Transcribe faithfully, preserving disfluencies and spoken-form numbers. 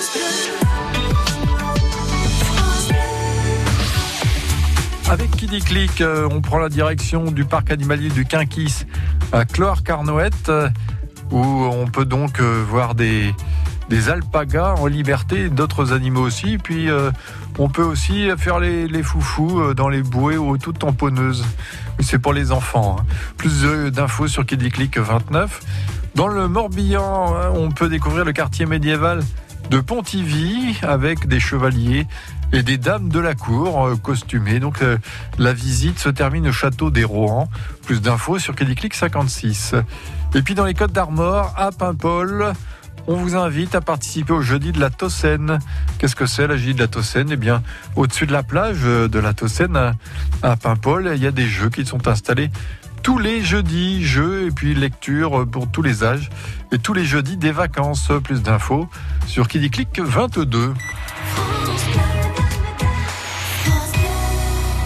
Avec Qui dit Clic, on prend la direction du parc animalier du Quinquis à Clohars-Carnoët, où on peut donc voir des, des alpagas en liberté, d'autres animaux aussi. Puis euh, on peut aussi faire les, les foufous dans les bouées ou toutes tamponneuses. C'est pour les enfants. Plus d'infos sur Qui dit Clic vingt-neuf. Dans le Morbihan, on peut découvrir le quartier médiéval de Pontivy avec des chevaliers et des dames de la cour euh, costumées. Donc euh, la visite se termine au château des Rohan. Plus d'infos sur Qui dit Clic cinquante-six. Et puis dans les Côtes d'Armor, à Paimpol, on vous invite à participer au jeudi de la Tossenne. Qu'est-ce que c'est la jeudi de la Tossenne ? Eh bien, au-dessus de la plage de la Tossenne à, à Paimpol, il y a des jeux qui sont installés tous les jeudis, jeux et puis lecture pour tous les âges. Et tous les jeudis des vacances. Plus d'infos sur Qui dit Clic vingt-deux.